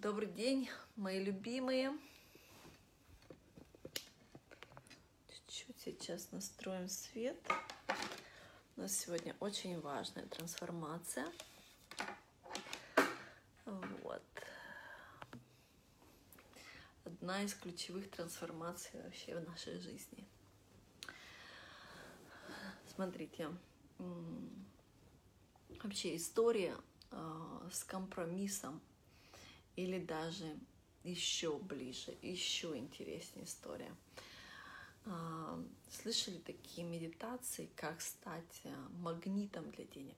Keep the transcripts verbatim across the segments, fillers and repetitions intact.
Добрый день, мои любимые. Чуть-чуть сейчас настроим свет. У нас сегодня очень важная трансформация. Вот. Одна из ключевых трансформаций вообще в нашей жизни. Смотрите, вообще история с компромиссом или даже еще ближе, еще интереснее история. Слышали такие медитации, как стать магнитом для денег?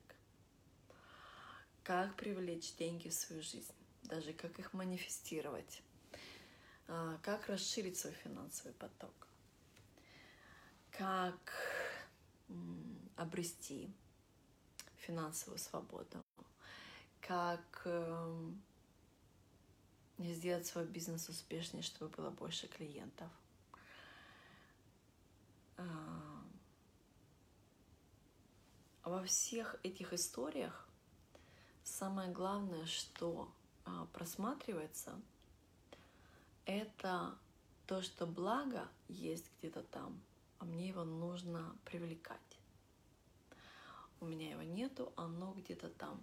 Как привлечь деньги в свою жизнь? Даже как их манифестировать? Как расширить свой финансовый поток? Как обрести финансовую свободу? Как сделать свой бизнес успешнее, чтобы было больше клиентов? Во всех этих историях самое главное, что просматривается, это то, что благо есть где-то там, а мне его нужно привлекать. У меня его нету, оно где-то там.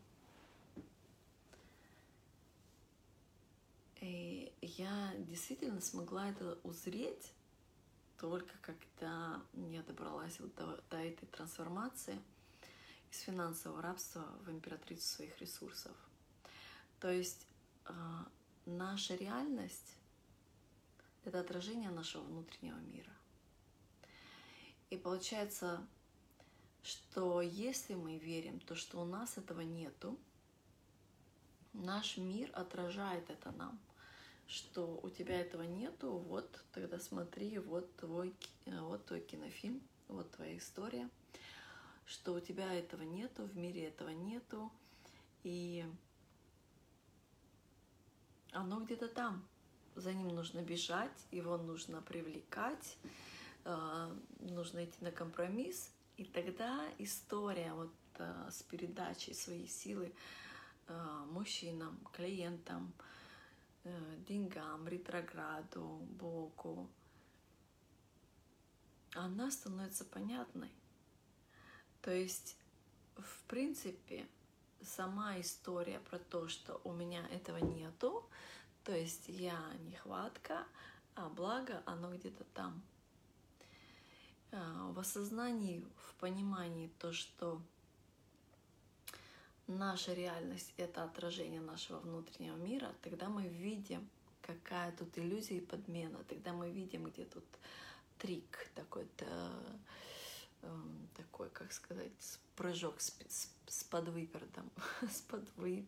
И я действительно смогла это узреть только когда я добралась вот до, до этой трансформации из финансового рабства в императрицу своих ресурсов. То есть э, наша реальность — это отражение нашего внутреннего мира. И получается, что если мы верим, то что у нас этого нету, наш мир отражает это нам, что у тебя этого нету, вот тогда смотри, вот твой, вот твой кинофильм, вот твоя история, что у тебя этого нету, в мире этого нету, и оно где-то там. За ним нужно бежать, его нужно привлекать, нужно идти на компромисс, и тогда история вот с передачей своей силы мужчинам, клиентам, деньгам, ретрограду, Богу, она становится понятной. То есть, в принципе, сама история про то, что у меня этого нету, то есть я нехватка, а благо оно где-то там. В осознании, в понимании то, что наша реальность — это отражение нашего внутреннего мира, тогда мы видим, какая тут иллюзия и подмена, тогда мы видим, где тут трик, такой-то, такой, как сказать, прыжок с, с, с подвыпердом, с подвы...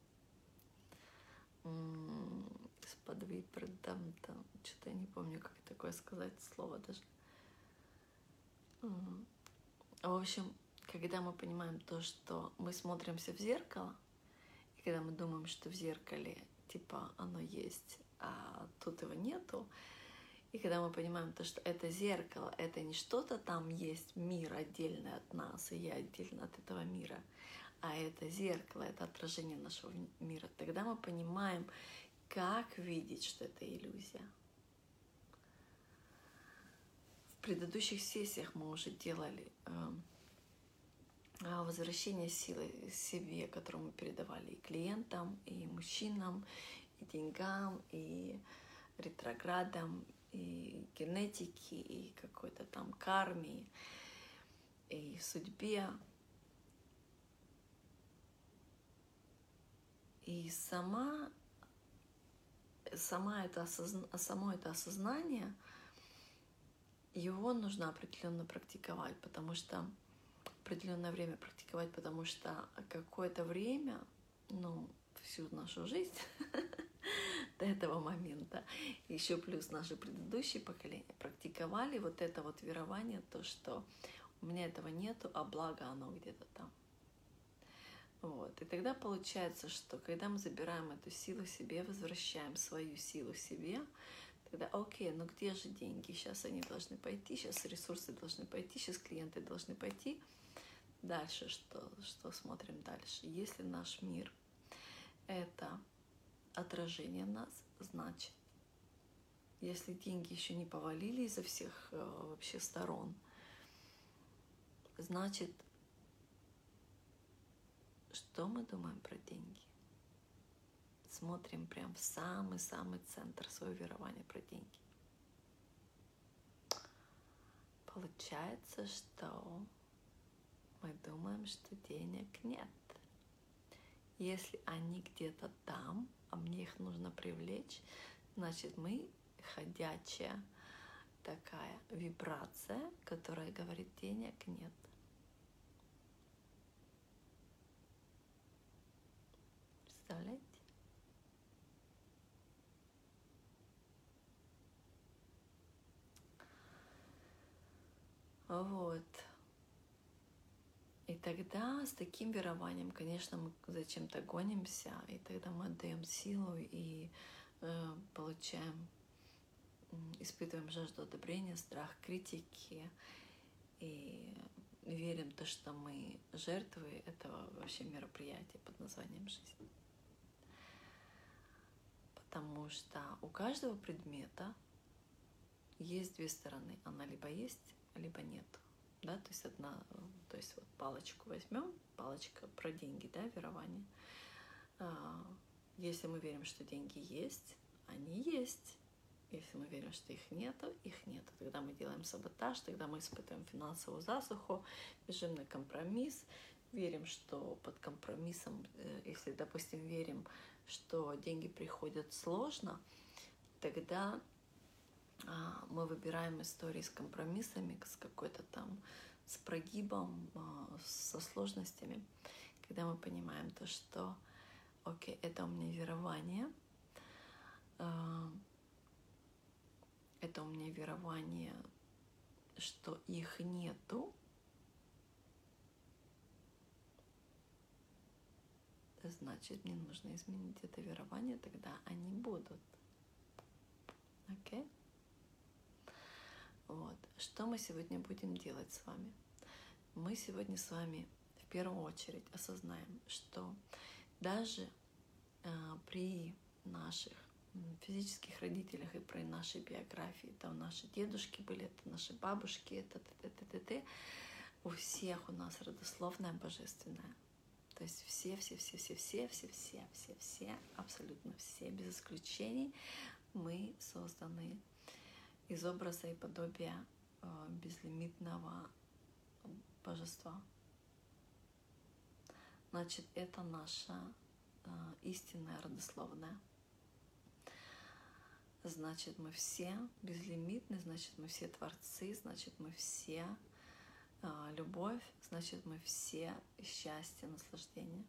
с подвыпердом, там, что-то я не помню, как такое сказать слово даже. В общем, когда мы понимаем то, что мы смотримся в зеркало, и когда мы думаем, что в зеркале, типа, оно есть, а тут его нету, и когда мы понимаем то, что это зеркало, это не что-то там есть, мир отдельный от нас, и я отдельно от этого мира, а это зеркало, это отражение нашего мира, тогда мы понимаем, как видеть, что это иллюзия. В предыдущих сессиях мы уже делали э, возвращение силы себе, которую мы передавали и клиентам, и мужчинам, и деньгам, и ретроградам, и генетике, и какой-то там карме, и судьбе. И сама, сама это осозна, само это осознание, его нужно определенно практиковать, потому что определенное время практиковать, потому что какое-то время, ну, всю нашу жизнь до этого момента, еще плюс наши предыдущие поколения практиковали вот это вот верование, то, что у меня этого нету, а благо оно где-то там. Вот. И тогда получается, что когда мы забираем эту силу себе, возвращаем свою силу себе, тогда окей, ну где же деньги? Сейчас они должны пойти, сейчас ресурсы должны пойти, сейчас клиенты должны пойти. Дальше что? Что смотрим дальше? Если наш мир — это отражение нас, значит, если деньги еще не повалили изо всех вообще сторон, значит, что мы думаем про деньги? Смотрим прям в самый-самый центр своего верования про деньги. Получается, что мы думаем, что денег нет. Если они где-то там, а мне их нужно привлечь, значит, мы ходячая такая вибрация, которая говорит, денег нет. Представляете? Вот. И тогда с таким верованием, конечно, мы зачем-то гонимся, и тогда мы отдаем силу и э, получаем, испытываем жажду одобрения, страх критики, и верим в то, что мы жертвы этого вообще мероприятия под названием жизнь. Потому что у каждого предмета есть две стороны. Она либо есть, либо нет. Да, то есть одна, то есть вот палочку возьмем, палочка про деньги, да, верование. Если мы верим, что деньги есть, они есть. Если мы верим, что их нету, их нету. Тогда мы делаем саботаж, тогда мы испытываем финансовую засуху, бежим на компромисс, верим, что под компромиссом, если, допустим, верим, что деньги приходят сложно, тогда мы выбираем истории с компромиссами, с какой-то там, с прогибом, со сложностями, когда мы понимаем то, что, окей, это у меня верование, это у меня верование, что их нету, значит, мне нужно изменить это верование, тогда они будут. Окей? Okay? Вот. Что мы сегодня будем делать с вами? Мы сегодня с вами в первую очередь осознаем, что даже э, при наших физических родителях и при нашей биографии, там наши дедушки были, это наши бабушки, это т.т.т.т. У всех у нас родословная божественная. То есть все, все, все, все, все, все, все, все, все, абсолютно все, без исключений, мы созданы из образа и подобия э, безлимитного божества. Значит, это наша э, истинная родословная. Значит, мы все безлимитны, значит, мы все творцы, значит, мы все э, любовь, значит, мы все счастье, наслаждение.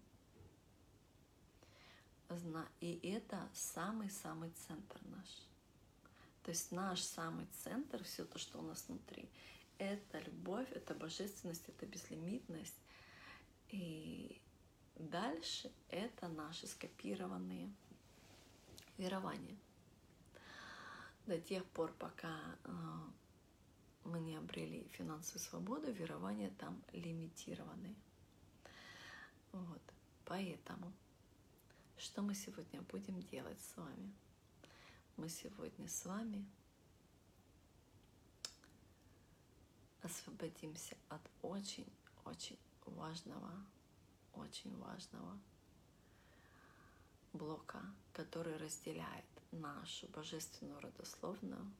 И это самый-самый центр наш. То есть наш самый центр, все то, что у нас внутри, это любовь, это божественность, это безлимитность. И дальше это наши скопированные верования. До тех пор, пока э, мы не обрели финансовую свободу, верования там лимитированы. Вот. Поэтому, что мы сегодня будем делать с вами? Мы сегодня с вами освободимся от очень-очень важного, очень важного блока, который разделяет нашу божественную родословную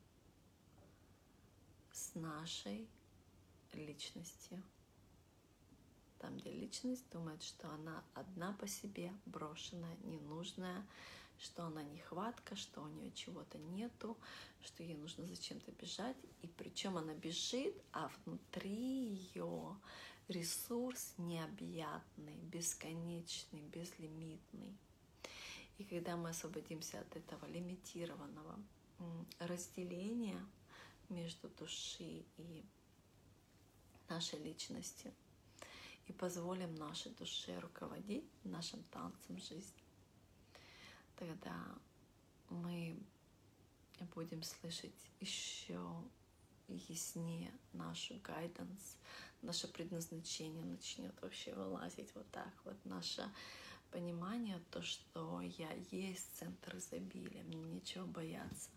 с нашей личностью. Там, где личность думает, что она одна по себе, брошенная, ненужная, что она нехватка, что у нее чего-то нету, что ей нужно зачем-то бежать. И причем она бежит, а внутри ее ресурс необъятный, бесконечный, безлимитный. И когда мы освободимся от этого лимитированного разделения между душой и нашей личностью, и позволим нашей душе руководить нашим танцем жизни, тогда мы будем слышать еще яснее нашу гайденс, наше предназначение начнет вообще вылазить вот так вот, наша понимание, то, что я есть центр изобилия, мне нечего бояться,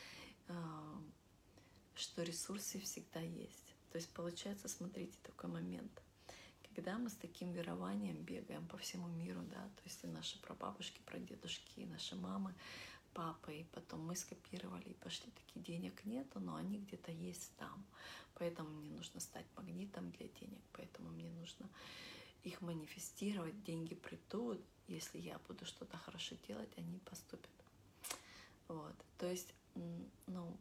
что ресурсы всегда есть. То есть получается, смотрите, такой момент. Когда мы с таким верованием бегаем по всему миру, да, то есть и наши прабабушки, прадедушки, и наши мамы, папы, и потом мы скопировали и пошли, такие денег нету, но они где-то есть там. Поэтому мне нужно стать магнитом для денег, поэтому мне нужно их манифестировать, деньги придут, если я буду что-то хорошо делать, они поступят. Вот, то есть, ну,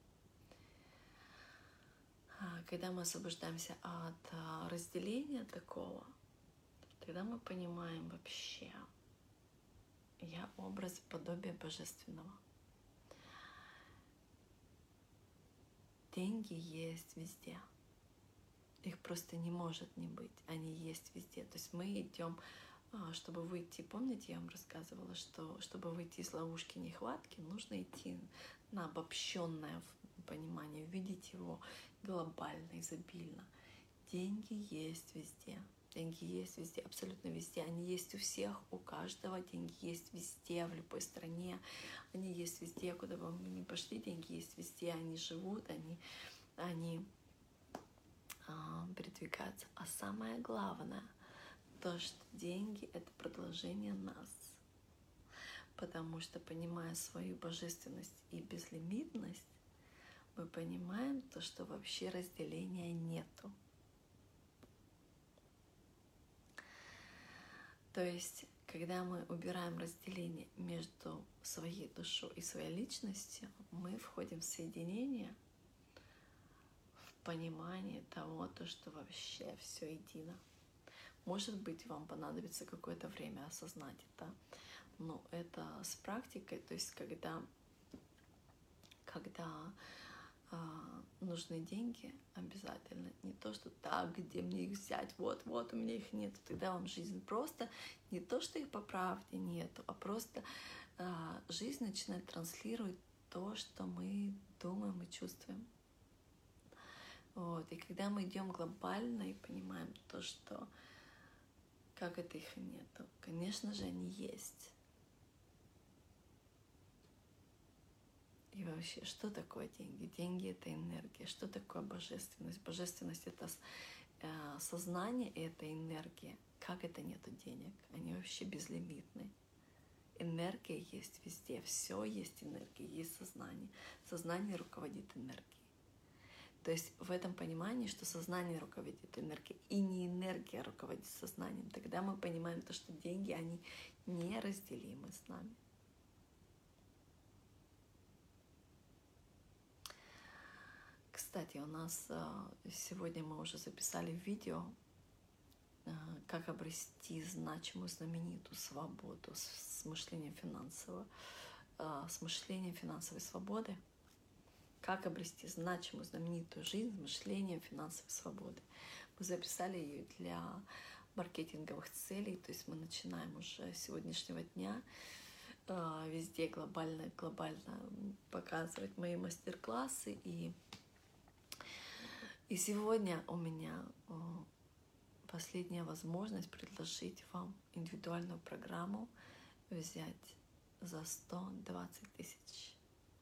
когда мы освобождаемся от разделения такого, тогда мы понимаем вообще, я образ и подобие Божественного. Деньги есть везде. Их просто не может не быть. Они есть везде. То есть мы идем, чтобы выйти, помните, я вам рассказывала, что чтобы выйти из ловушки нехватки, нужно идти на обобщенное понимание, увидеть его глобально, изобильно. Деньги есть везде. Деньги есть везде, абсолютно везде. Они есть у всех, у каждого. Деньги есть везде, в любой стране. Они есть везде, куда бы мы ни пошли. Деньги есть везде. Они живут, они, они а, передвигаются. А самое главное, то, что деньги — это продолжение нас. Потому что, понимая свою божественность и безлимитность, мы понимаем то, что вообще разделения нету. То есть, когда мы убираем разделение между своей душой и своей личностью, мы входим в соединение, в понимание того, то, что вообще все едино. Может быть, вам понадобится какое-то время осознать это, но это с практикой, то есть когда, когда нужны деньги обязательно. Не то, что так, где мне их взять, вот-вот, у меня их нет. Тогда вам жизнь просто не то, что их по правде нету, а просто а, жизнь начинает транслировать то, что мы думаем и чувствуем. Вот. И когда мы идем глобально и понимаем то, что как это их и нету, конечно же, они есть. И вообще, что такое деньги? Деньги — это энергия. Что такое божественность? Божественность — это сознание, и это энергия. Как это нету денег? Они вообще безлимитны. Энергия есть везде. Все есть энергия, есть сознание. Сознание руководит энергией. То есть в этом понимании, что сознание руководит энергией, и не энергия руководит сознанием, тогда мы понимаем то, что деньги, они неразделимы с нами. Кстати, у нас сегодня мы уже записали видео, как обрести значимую, знаменитую свободу с мышлением финансового, с мышлением финансовой свободы. Как обрести значимую, знаменитую жизнь с мышлением финансовой свободы. Мы записали ее для маркетинговых целей, то есть мы начинаем уже с сегодняшнего дня везде глобально, глобально показывать мои мастер-классы. И И сегодня у меня последняя возможность предложить вам индивидуальную программу взять за сто двадцать тысяч.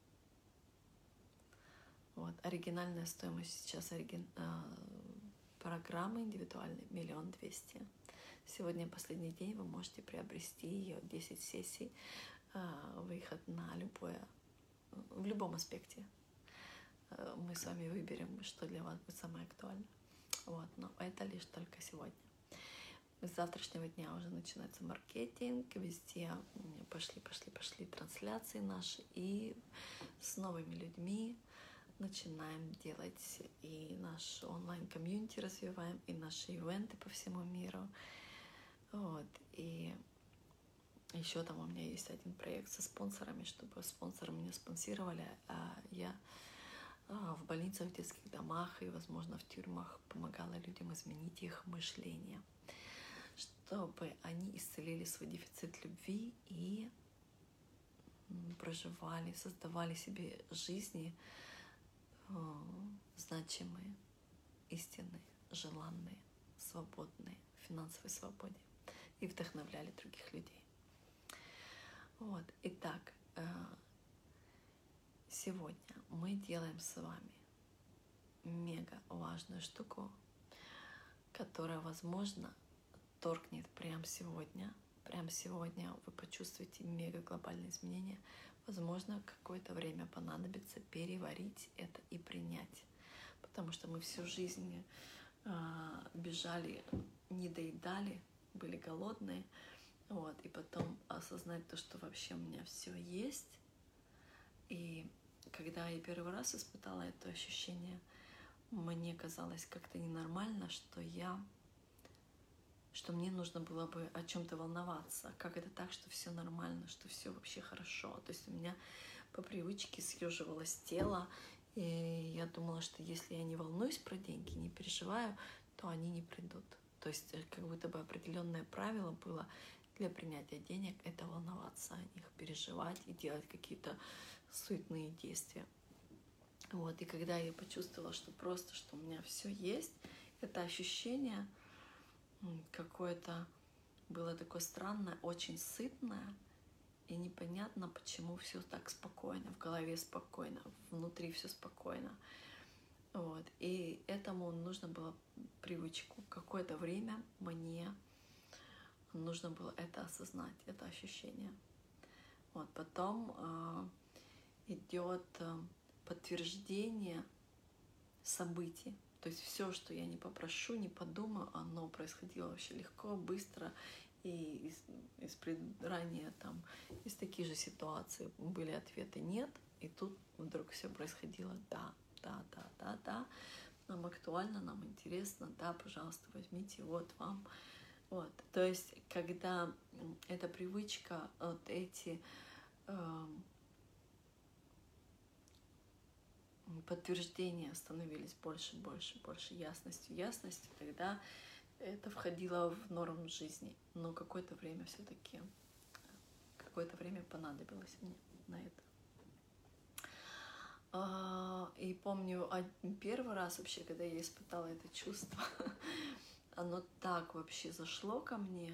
Вот. Оригинальная стоимость сейчас оригин... программы индивидуальной миллион двести. Сегодня последний день, вы можете приобрести ее, десять сессий, выход на любое, в любом аспекте. Мы с вами выберем, что для вас будет самое актуальное. Вот, но это лишь только сегодня. С завтрашнего дня уже начинается маркетинг, везде пошли, пошли, пошли трансляции наши, и с новыми людьми начинаем делать и наш онлайн-комьюнити развиваем, и наши ивенты по всему миру. Вот, и еще там у меня есть один проект со спонсорами, чтобы спонсоры меня спонсировали, а я в больницах, в детских домах и, возможно, в тюрьмах помогала людям изменить их мышление, чтобы они исцелили свой дефицит любви и проживали, создавали себе жизни значимые, истинные, желанные, свободные, в финансовой свободе и вдохновляли других людей. Вот, итак, сегодня мы делаем с вами мега важную штуку, которая, возможно, торкнет прямо сегодня. Прямо сегодня вы почувствуете мега глобальные изменения. Возможно, какое-то время понадобится переварить это и принять. Потому что мы всю жизнь э, бежали, не доедали, были голодные. Вот, и потом осознать то, что вообще у меня все есть. И когда я первый раз испытала это ощущение, мне казалось как-то ненормально, что я, что мне нужно было бы о чем-то волноваться. Как это так, что все нормально, что все вообще хорошо. То есть у меня по привычке съеживалось тело, и я думала, что если я не волнуюсь про деньги, не переживаю, то они не придут. То есть как будто бы определенное правило было для принятия денег — это волноваться о них, переживать и делать какие-то суетные действия. Вот, и когда я почувствовала, что просто, что у меня все есть, это ощущение какое-то было такое странное, очень сытное, и непонятно, почему все так спокойно, в голове спокойно, внутри все спокойно. Вот, и этому нужно было привычку. Какое-то время мне нужно было это осознать, это ощущение. Вот, потом э, идет э, подтверждение событий. То есть все, что я не попрошу, не подумаю, оно происходило вообще легко, быстро. И из, из ранее там, из таких же ситуаций были ответы «нет», и тут вдруг все происходило «да, да, да, да, да». Нам актуально, нам интересно, да, пожалуйста, возьмите, вот вам. Вот. То есть, когда эта привычка, вот эти э, подтверждения становились больше, больше, больше ясностью, ясностью, тогда это входило в норму жизни. Но какое-то время все-таки, какое-то время понадобилось мне на это. И помню первый раз вообще, когда я испытала это чувство, оно так вообще зашло ко мне,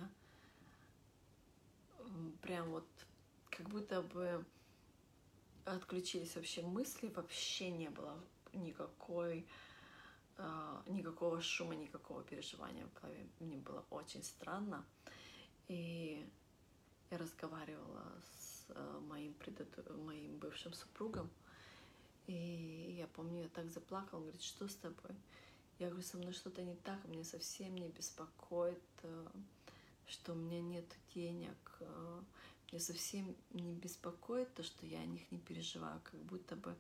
прям вот как будто бы отключились вообще мысли, вообще не было никакой, никакого шума, никакого переживания в голове. Мне было очень странно. И я разговаривала с моим, предыд... моим бывшим супругом, и я помню, я так заплакала. Он говорит: что с тобой? Я говорю: со мной что-то не так, меня совсем не беспокоит, что у меня нет денег. Меня совсем не беспокоит то, что я о них не переживаю, как будто бы,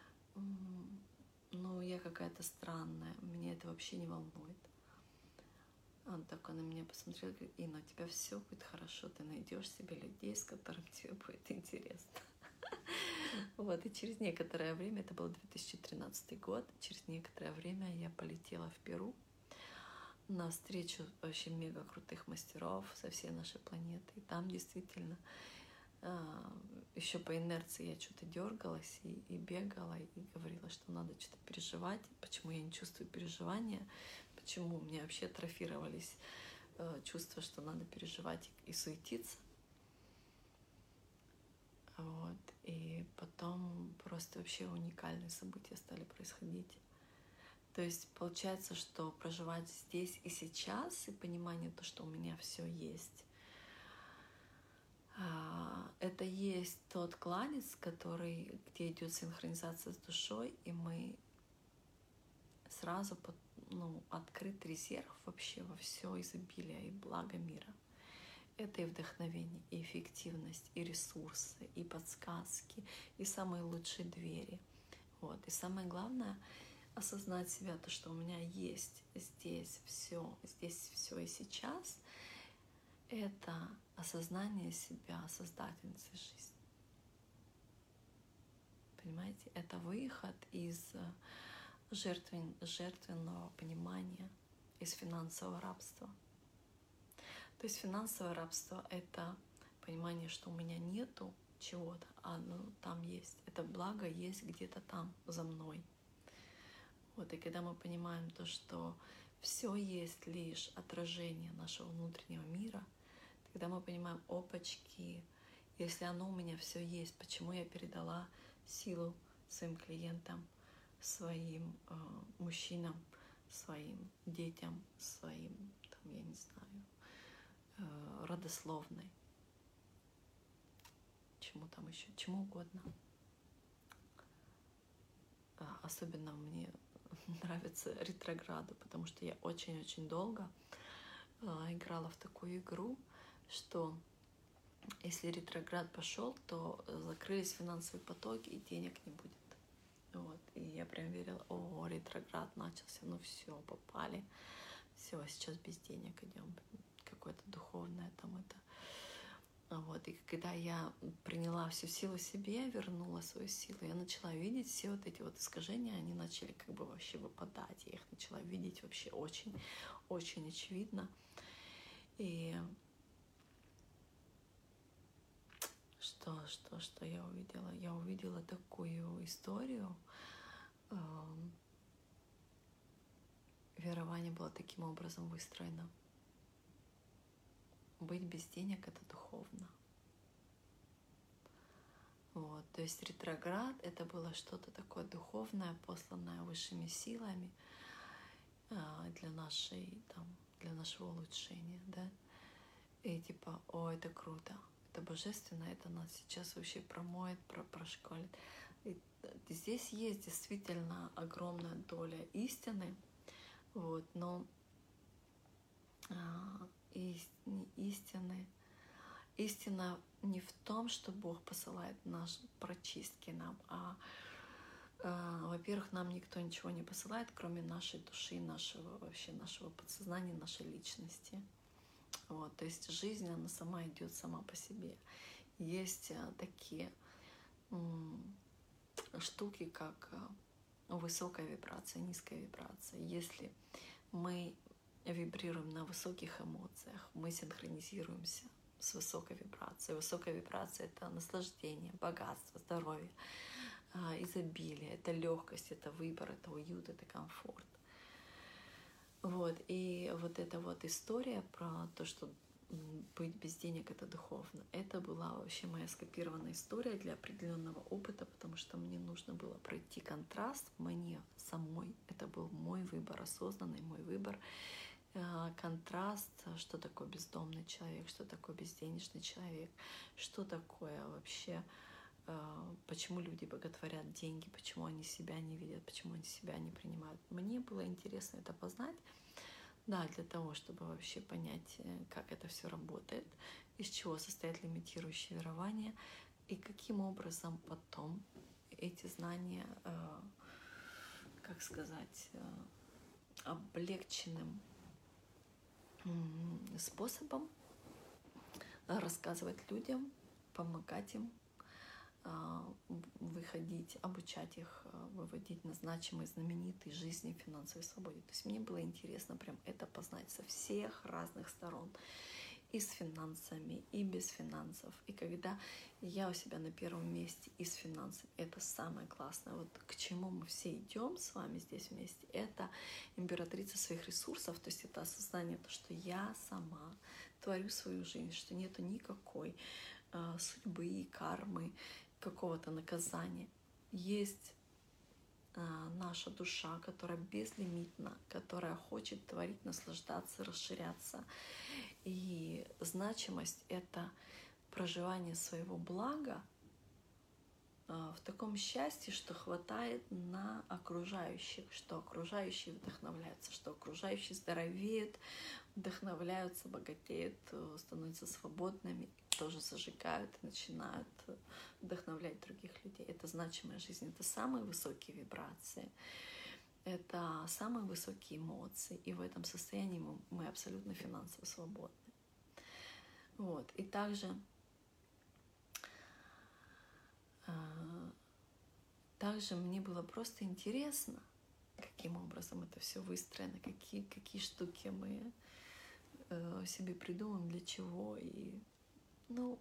ну, я какая-то странная, меня это вообще не волнует. Он такой на меня посмотрел и говорит: Инна, у тебя все будет хорошо, ты найдешь себе людей, с которыми тебе будет интересно. Вот, и через некоторое время, это был две тысячи тринадцатый год, через некоторое время я полетела в Перу на встречу вообще мега крутых мастеров со всей нашей планеты. И там действительно еще по инерции я что-то дергалась и, и бегала, и говорила, что надо что-то переживать, почему я не чувствую переживания, почему у меня вообще атрофировались э, чувства, что надо переживать и, и суетиться. Вот. И потом просто вообще уникальные события стали происходить. То есть получается, что проживать здесь и сейчас, и понимание то, что у меня все есть, это есть тот кладезь, который, где идет синхронизация с душой, и мы сразу под, ну, открыт резерв вообще во все изобилие и благо мира. Это и вдохновение, и эффективность, и ресурсы, и подсказки, и самые лучшие двери. Вот. И самое главное — осознать себя, то, что у меня есть здесь все, здесь все и сейчас. Это осознание себя создательницей жизни. Понимаете? Это выход из жертвен... жертвенного понимания, из финансового рабства. То есть финансовое рабство — это понимание, что у меня нету чего-то, а ну, там есть. Это благо есть где-то там, за мной. Вот, и когда мы понимаем то, что все есть лишь отражение нашего внутреннего мира, когда мы понимаем, опачки, Если оно у меня все есть, почему я передала силу своим клиентам, своим э, мужчинам, своим детям, своим, там, я не знаю, э, родословной, чему там еще, чему угодно. Особенно мне нравятся ретрограды, потому что я очень-очень долго э, играла в такую игру, что если ретроград пошел, то закрылись финансовые потоки и денег не будет. Вот. И я прям верила, о, ретроград начался, ну все, попали. Все, сейчас без денег идем. Какое-то духовное там это. Вот. И когда я приняла всю силу себе, вернула свою силу, я начала видеть все вот эти вот искажения, они начали как бы вообще выпадать. Я их начала видеть вообще очень, очень очевидно. И что, что, что я увидела? Я увидела такую историю. Верование было таким образом выстроено. Быть без денег — это духовно. Вот. То есть ретроград — это было что-то такое духовное, посланное высшими силами для нашей, там, для нашего улучшения, да? И типа, о, это круто, это божественно, это нас сейчас вообще промоет, про прошколит. И здесь есть действительно огромная доля истины, вот, но а, истины, истина не в том, что Бог посылает наши прочистки нам, а, а во-первых, нам никто ничего не посылает, кроме нашей души, нашего вообще нашего подсознания, нашей личности. Вот, то есть жизнь, она сама идет сама по себе. Есть такие м, штуки, как высокая вибрация, низкая вибрация. Если мы вибрируем на высоких эмоциях, мы синхронизируемся с высокой вибрацией. Высокая вибрация — это наслаждение, богатство, здоровье, изобилие, это легкость, это выбор, это уют, это комфорт. Вот, и вот эта вот история про то, что быть без денег — это духовно, это была вообще моя скопированная история для определенного опыта, потому что мне нужно было пройти контраст мне самой. Это был мой выбор, осознанный мой выбор. Контраст, что такое бездомный человек, что такое безденежный человек, что такое вообще, почему люди боготворят деньги, почему они себя не видят, почему они себя не принимают. Мне было интересно это познать, да, для того, чтобы вообще понять, как это все работает, из чего состоят лимитирующие верования и каким образом потом эти знания, как сказать, облегченным способом рассказывать людям, помогать им выходить, обучать их, выводить на значимые, знаменитые жизни в финансовой свободе. То есть мне было интересно прям это познать со всех разных сторон. И с финансами, и без финансов. И когда я у себя на первом месте и с финансами, это самое классное. Вот к чему мы все идем с вами здесь вместе, это императрица своих ресурсов, то есть это осознание, то, что я сама творю свою жизнь, что нету никакой э, судьбы, кармы, какого-то наказания. Есть э, наша душа, которая безлимитна, которая хочет творить, наслаждаться, расширяться. И значимость — это проживание своего блага э, в таком счастье, что хватает на окружающих, что окружающие вдохновляются, что окружающие здоровеют, вдохновляются, богатеют, становятся свободными, тоже зажигают и начинают вдохновлять других людей. Это значимая жизнь, это самые высокие вибрации, это самые высокие эмоции, и в этом состоянии мы, мы абсолютно финансово свободны. Вот. И также, э, также мне было просто интересно, каким образом это все выстроено, какие, какие штуки мы э, себе придумаем, для чего. И, ну,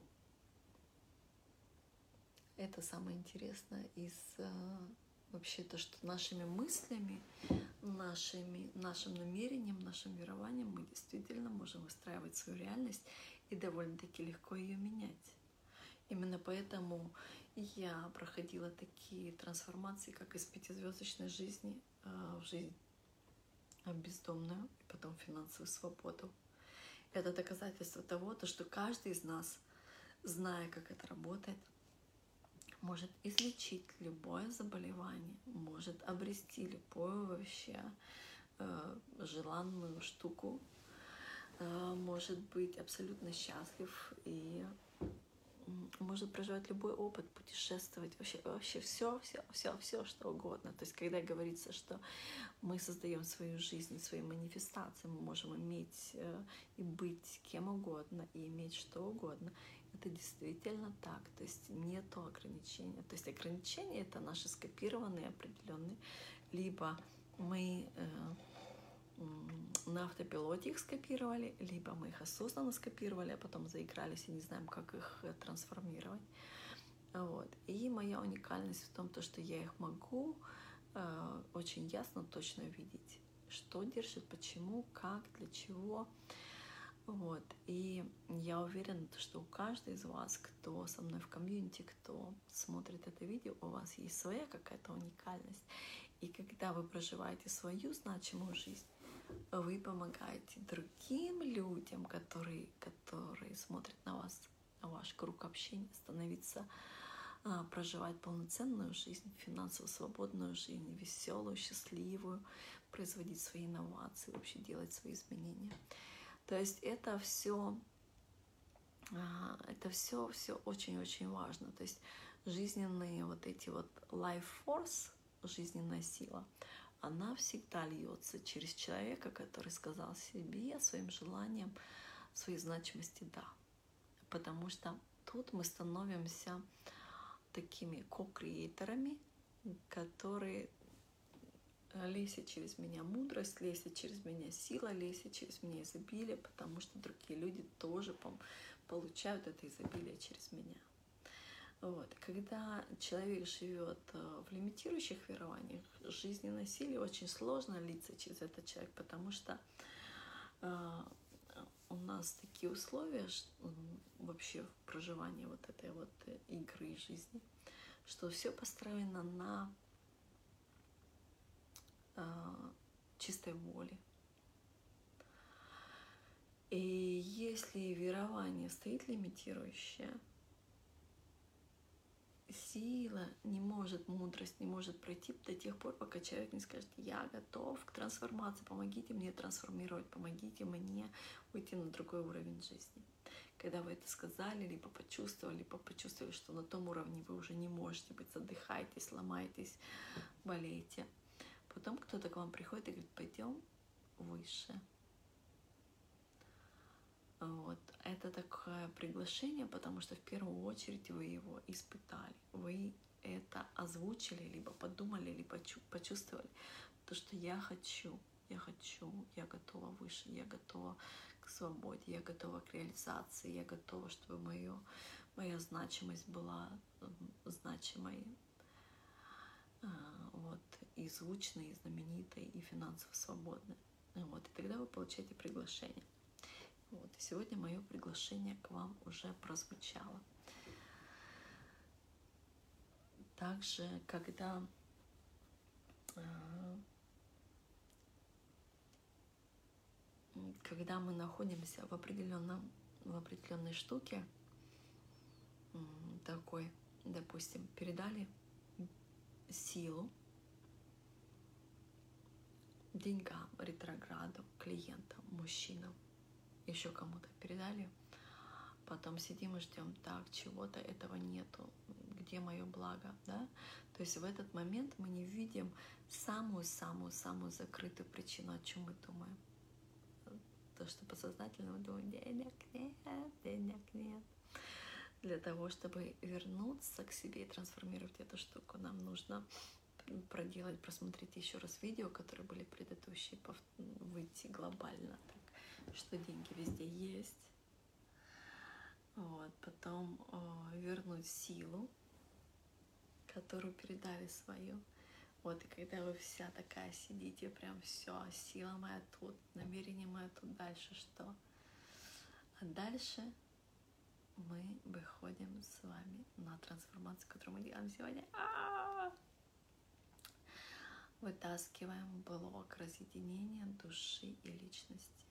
это самое интересное из э, вообще то, что нашими мыслями, нашими, нашим намерением, нашим верованием мы действительно можем выстраивать свою реальность и довольно-таки легко ее менять. Именно поэтому я проходила такие трансформации, как из пятизвездочной жизни в жизнь бездомную, и потом финансовую свободу. Это доказательство того, то, что каждый из нас, зная, как это работает, может излечить любое заболевание, может обрести любую вообще э, желанную штуку, э, может быть абсолютно счастлив и может проживать любой опыт, путешествовать, вообще, вообще все, все, все, все, что угодно. То есть, когда говорится, что мы создаем свою жизнь, свои манифестации, мы можем иметь э, и быть кем угодно, и иметь что угодно, это действительно так. То есть нету ограничения. То есть ограничения — это наши скопированные определенные, либо мы э, на автопилоте их скопировали, либо мы их осознанно скопировали, а потом заигрались и не знаем, как их трансформировать. Вот. И моя уникальность в том, что я их могу э, очень ясно, точно видеть, что держит, почему, как, для чего. Вот. И я уверена, что у каждой из вас, кто со мной в комьюнити, кто смотрит это видео, у вас есть своя какая-то уникальность. И когда вы проживаете свою значимую жизнь, вы помогаете другим людям, которые, которые смотрят на вас, на ваш круг общения, становиться, проживать полноценную жизнь, финансово свободную жизнь, веселую, счастливую, производить свои инновации, вообще делать свои изменения. То есть это все, это все, все очень-очень важно. То есть жизненные вот эти вот life force, жизненная сила, она всегда льется через человека, который сказал себе своим желанием, своей значимости «да». Потому что тут мы становимся такими ко-креаторами, которые лезет через меня мудрость, лезет через меня сила, лезет через меня изобилие, потому что другие люди тоже получают это изобилие через меня. Вот. Когда человек живет в лимитирующих верованиях, жизненной силе очень сложно литься через этот человек, потому что э, у нас такие условия вообще в проживании вот этой вот игры жизни, что все построено на э, чистой воли. И если верование стоит лимитирующее, сила не может, мудрость не может пройти до тех пор, пока человек не скажет: я готов к трансформации, помогите мне трансформировать, помогите мне уйти на другой уровень жизни. Когда вы это сказали, либо почувствовали, либо почувствовали, что на том уровне вы уже не можете быть, задыхаетесь, ломаетесь, болеете, потом кто-то к вам приходит и говорит: пойдем выше. Вот. Это такое приглашение, потому что в первую очередь вы его испытали. Вы это озвучили, либо подумали, либо почувствовали. То, что я хочу, я хочу, я готова выше, я готова к свободе, я готова к реализации, я готова, чтобы мое, моя значимость была значимой, вот, и звучной, и знаменитой, и финансово свободной. Вот. И тогда вы получаете приглашение. Вот. И сегодня мое приглашение к вам уже прозвучало. Также, когда когда мы находимся в определенном, в определенной штуке, такой, допустим, передали силу деньгам, ретрограду, клиентам, мужчинам, еще кому-то передали, потом сидим и ждем: так, чего-то этого нету, где мое благо, да? То есть в этот момент мы не видим самую-самую-самую закрытую причину, о чем мы думаем. То, что подсознательно мы думаем: денег нет, денег нет. Для того, чтобы вернуться к себе и трансформировать эту штуку, нам нужно проделать, просмотреть еще раз видео, которые были предыдущие, выйти глобально, так, что деньги везде есть. Вот, потом э, вернуть силу, которую передали свою. Вот, и когда вы вся такая сидите, прям все, сила моя тут, намерение мое тут, дальше что? А дальше мы выходим с вами на трансформацию, которую мы делаем сегодня. А-а-а! Вытаскиваем блок разъединения души и личности.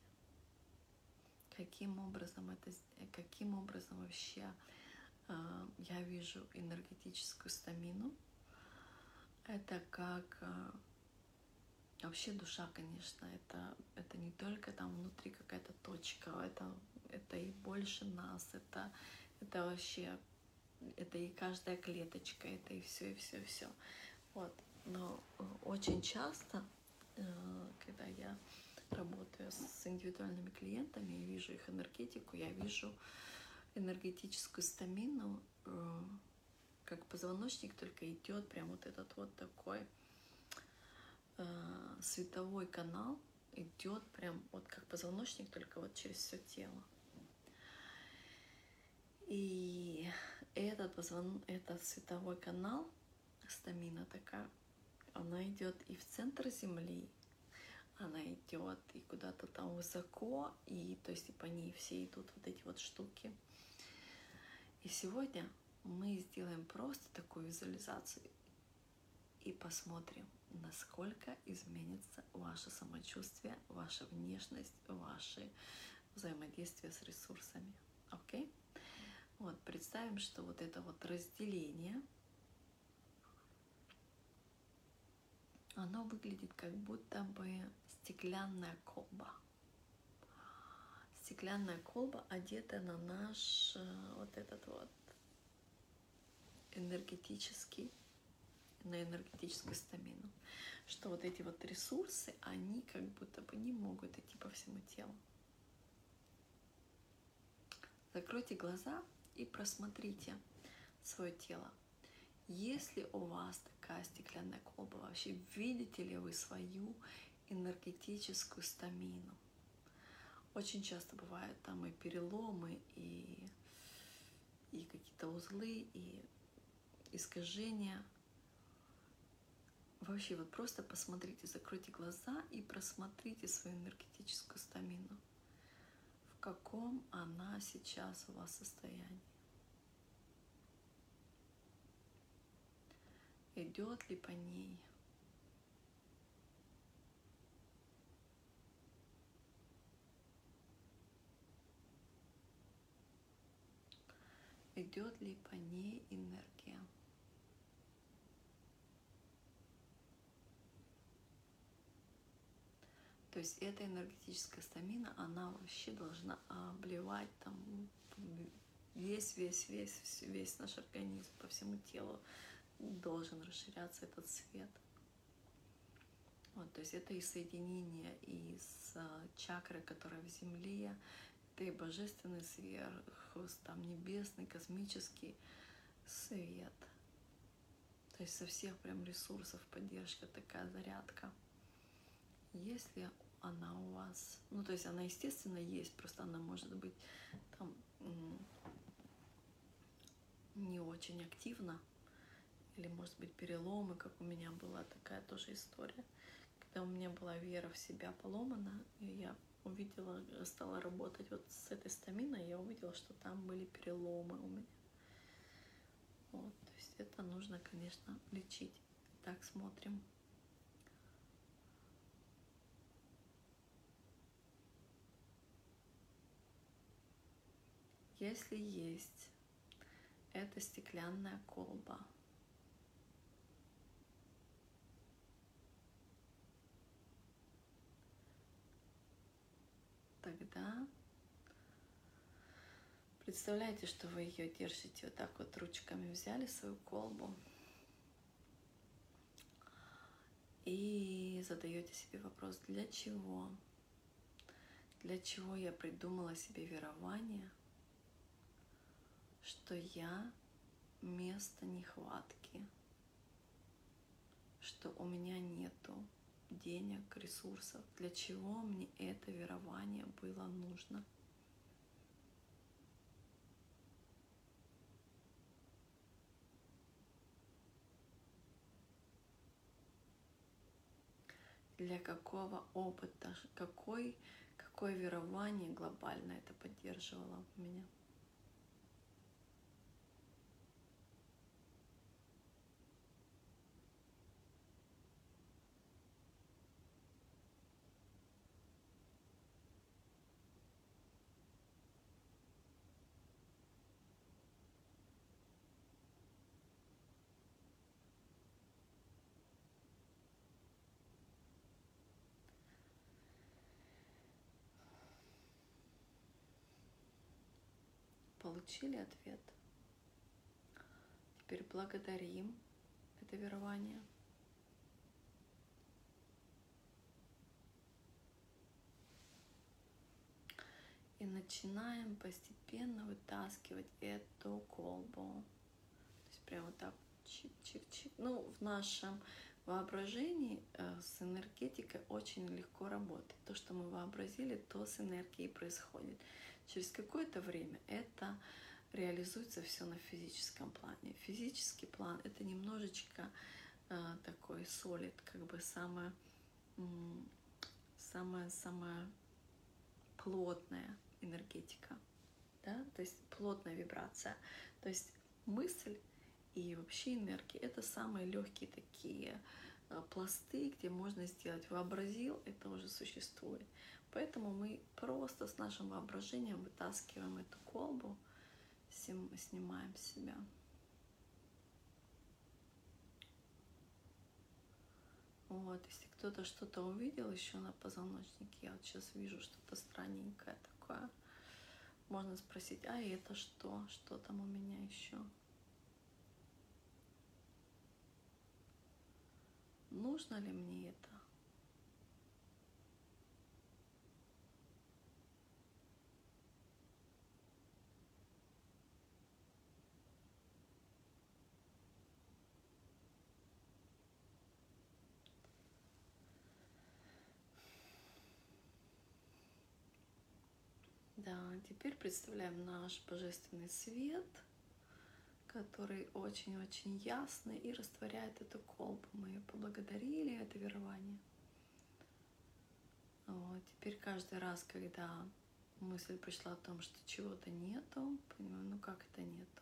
Каким образом это, каким образом вообще э, я вижу энергетическую стамину? Это как э, вообще душа, конечно, это, это не только там внутри какая-то точка, это, это и больше нас, это, это вообще, это и каждая клеточка, это и все, и все, и все. Вот. Но очень часто, когда я работаю с индивидуальными клиентами и вижу их энергетику, я вижу энергетическую стамину, как позвоночник, только идет прям вот этот вот такой э, световой канал, идет прям вот как позвоночник, только вот через все тело. И этот, позвон... этот световой канал, стамина такая, она идет и в центр Земли, она идет и куда-то там высоко, и то есть и по ней все идут вот эти вот штуки. И сегодня мы сделаем просто такую визуализацию и посмотрим, насколько изменится ваше самочувствие, ваша внешность, ваши взаимодействия с ресурсами. Окей? Вот, представим, что вот это вот разделение, оно выглядит как будто бы стеклянная колба. Стеклянная колба одета на наш вот этот вот энергетический, на энергетическую стамину. Что вот эти вот ресурсы, они как будто бы не могут идти по всему телу. Закройте глаза и просмотрите свое тело. Если у вас такая стеклянная колба, вообще видите ли вы свою энергетическую стамину? Очень часто бывают там и переломы, и, и какие-то узлы, и искажения. Вообще вот просто посмотрите, закройте глаза и просмотрите свою энергетическую стамину. В каком она сейчас у вас состоянии? Идет ли по ней? Идет ли по ней энергия? То есть эта энергетическая стамина, она вообще должна обливать там весь, весь, весь, весь наш организм, по всему телу должен расширяться этот свет. Вот, то есть это и соединение и с чакрой, которая в земле, это и божественный сверху, там небесный, космический свет. То есть со всех прям ресурсов поддержка, такая зарядка. Если она у вас, ну то есть она естественно есть, просто она может быть там не очень активна, или может быть переломы, как у меня была такая тоже история, когда у меня была вера в себя поломана, и я увидела, стала работать вот с этой стаминой, я увидела, что там были переломы у меня. Вот, то есть это нужно, конечно, лечить. Так, смотрим. Если есть эта стеклянная колба, тогда представляете, что вы ее держите вот так вот ручками, взяли свою колбу и задаете себе вопрос, для чего? Для чего я придумала себе верование, что я место нехватки, что у меня нету денег, ресурсов. Для чего мне это верование было нужно? Для какого опыта, какой, какое верование глобально это поддерживало меня? получили ответ. Теперь благодарим это верование. И начинаем постепенно вытаскивать эту колбу. То есть прямо вот так чик-чик-чик. Ну, в нашем воображении э, с энергетикой очень легко работать. То, что мы вообразили, то с энергией происходит. Через какое-то время это реализуется все на физическом плане. Физический план — это немножечко э, такой солид, как бы самое, самое, самое плотная энергетика, да, то есть плотная вибрация. То есть мысль и вообще энергия — это самые легкие такие пласты, где можно сделать. Вообразил — это уже существует. Поэтому мы просто с нашим воображением вытаскиваем эту колбу, снимаем с себя. Вот, если кто-то что-то увидел еще на позвоночнике, я вот сейчас вижу что-то странненькое такое, можно спросить: а это что? Что там у меня еще? Нужно ли мне это? Да, теперь представляем наш божественный свет, который очень-очень ясный и растворяет эту колбу. Мы ее поблагодарили, это верование. Вот. Теперь каждый раз, когда мысль пришла о том, что чего-то нету, понимаем, ну как это нету?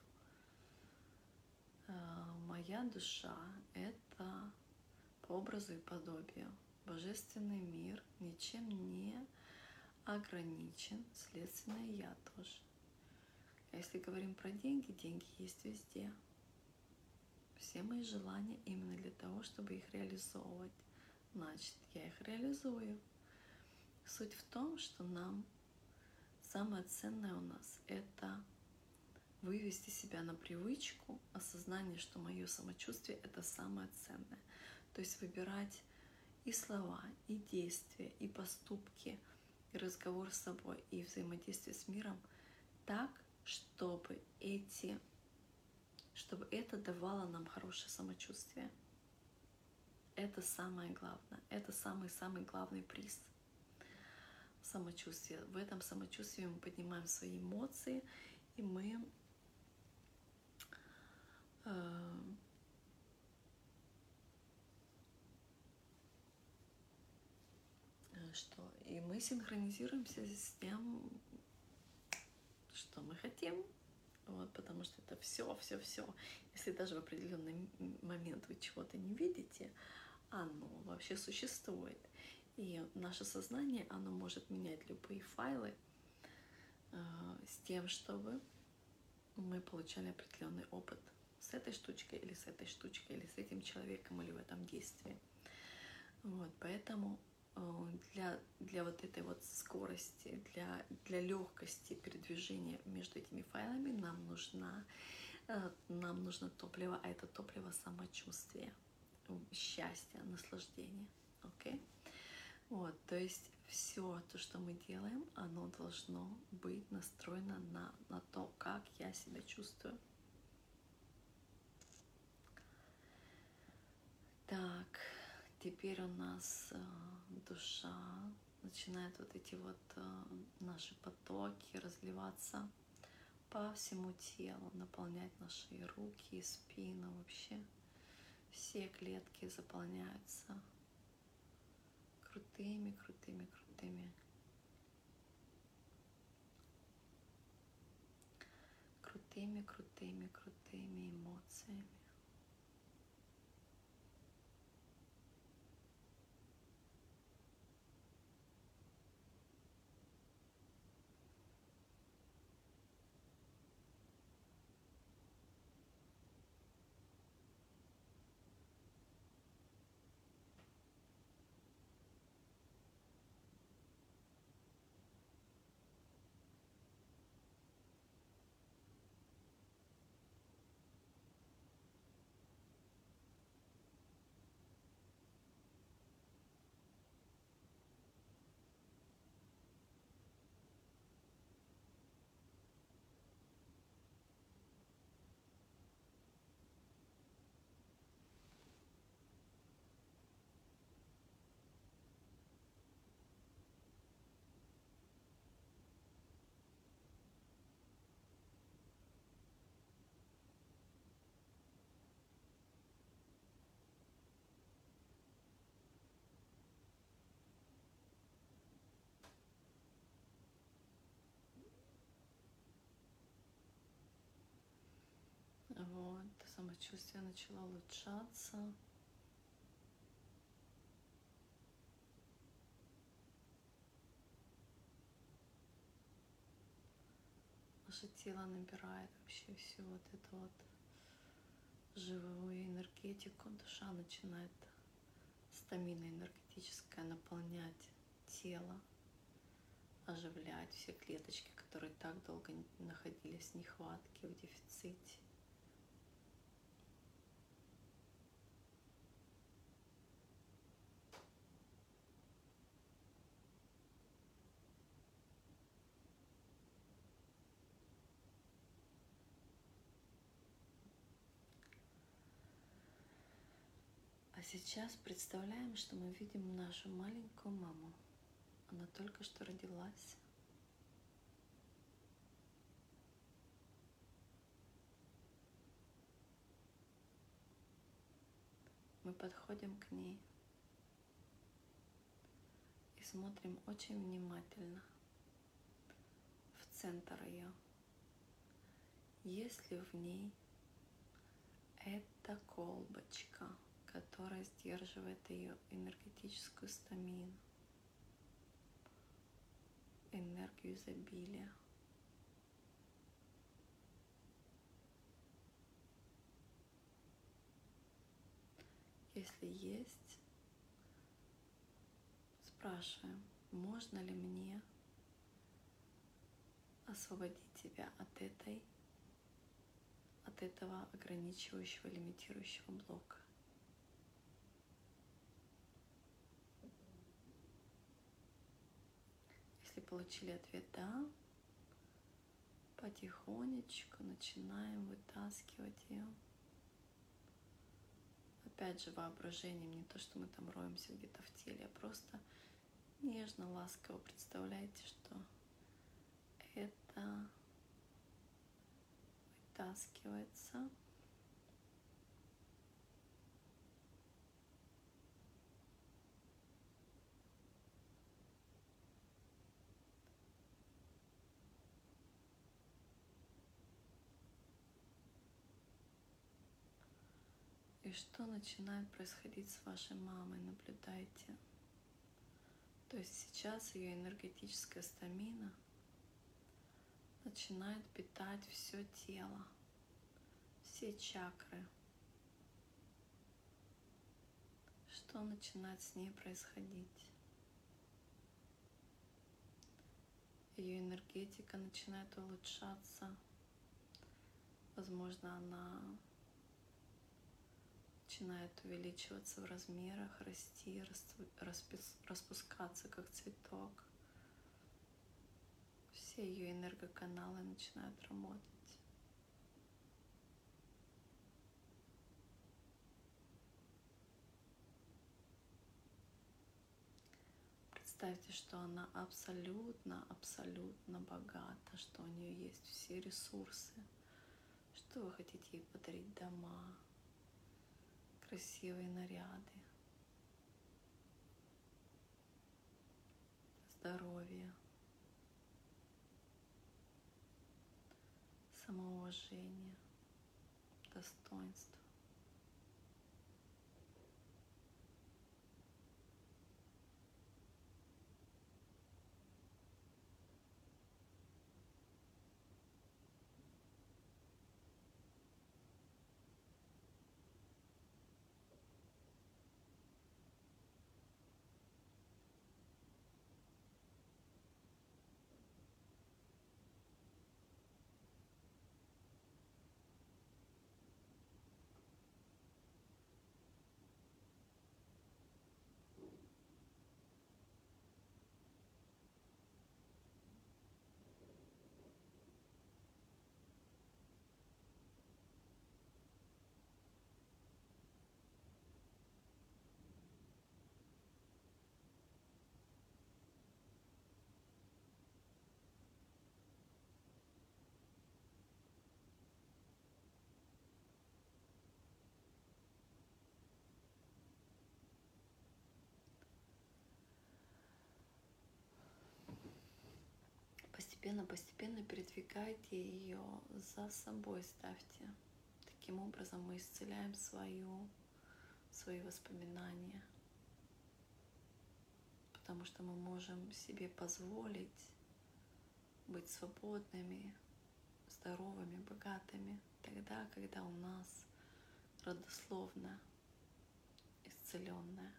Моя душа — это по образу и подобию. Божественный мир ничем не ограничен, следственно, и я тоже. А если говорим про деньги, деньги есть везде. Все мои желания именно для того, чтобы их реализовывать. Значит, я их реализую. Суть в том, что нам самое ценное у нас — это вывести себя на привычку, осознание, что мое самочувствие — это самое ценное. То есть выбирать и слова, и действия, и поступки, и разговор с собой, и взаимодействие с миром так, чтобы эти, чтобы это давало нам хорошее самочувствие. Это самое главное. Это самый-самый главный приз. Самочувствие. В этом самочувствии мы поднимаем свои эмоции, и мы э, что? И мы синхронизируемся с тем, что мы хотим. Вот, потому что это все, все, все. Если даже в определенный момент вы чего-то не видите, оно вообще существует. И наше сознание, оно может менять любые файлы э, с тем, чтобы мы получали определенный опыт с этой штучкой или с этой штучкой, или с этим человеком, или в этом действии. Вот, поэтому для, для вот этой вот скорости, для, для легкости передвижения между этими файлами нам нужна, нам нужно топливо, а это топливо самочувствия, счастья, наслаждения. Okay? Вот, то есть все то, что мы делаем, оно должно быть настроено на, на то, как я себя чувствую. Так, теперь у нас э, душа начинает вот эти вот э, наши потоки разливаться по всему телу, наполнять наши руки, спину вообще. Все клетки заполняются крутыми, крутыми, крутыми, крутыми, крутыми, крутыми эмоциями. самочувствие начало улучшаться. Ваше тело набирает вообще всю вот эту вот живую энергетику. Душа начинает, стамина энергетическая, наполнять тело, оживлять все клеточки, которые так долго находились в нехватке, в дефиците. А сейчас представляем, что мы видим нашу маленькую маму. Она только что родилась. Мы подходим к ней и смотрим очень внимательно в центр ее. Есть ли в ней эта колбочка, которая сдерживает ее энергетическую стамину, энергию изобилия? Если есть, спрашиваем, можно ли мне освободить тебя от этой, от этого ограничивающего, лимитирующего блока. Если получили ответ «да», потихонечку начинаем вытаскивать ее. Опять же, воображением, не то, что мы там роемся где-то в теле, а просто нежно, ласково представляете, что это вытаскивается. И что начинает происходить с вашей мамой, наблюдайте. То есть сейчас ее энергетическая стамина начинает питать все тело, все чакры. Что начинает с ней происходить? Ее энергетика начинает улучшаться. Возможно, она начинает увеличиваться в размерах, расти, распускаться как цветок. Все ее энергоканалы начинают работать. Представьте, что она абсолютно, абсолютно богата, что у нее есть все ресурсы. Что вы хотите ей подарить? Дома, красивые наряды, здоровье, самоуважение, достоинство. Постепенно-постепенно передвигайте ее за собой, ставьте таким образом мы исцеляем свою, свои воспоминания, потому что мы можем себе позволить быть свободными, здоровыми, богатыми тогда, когда у нас родословно исцеленная.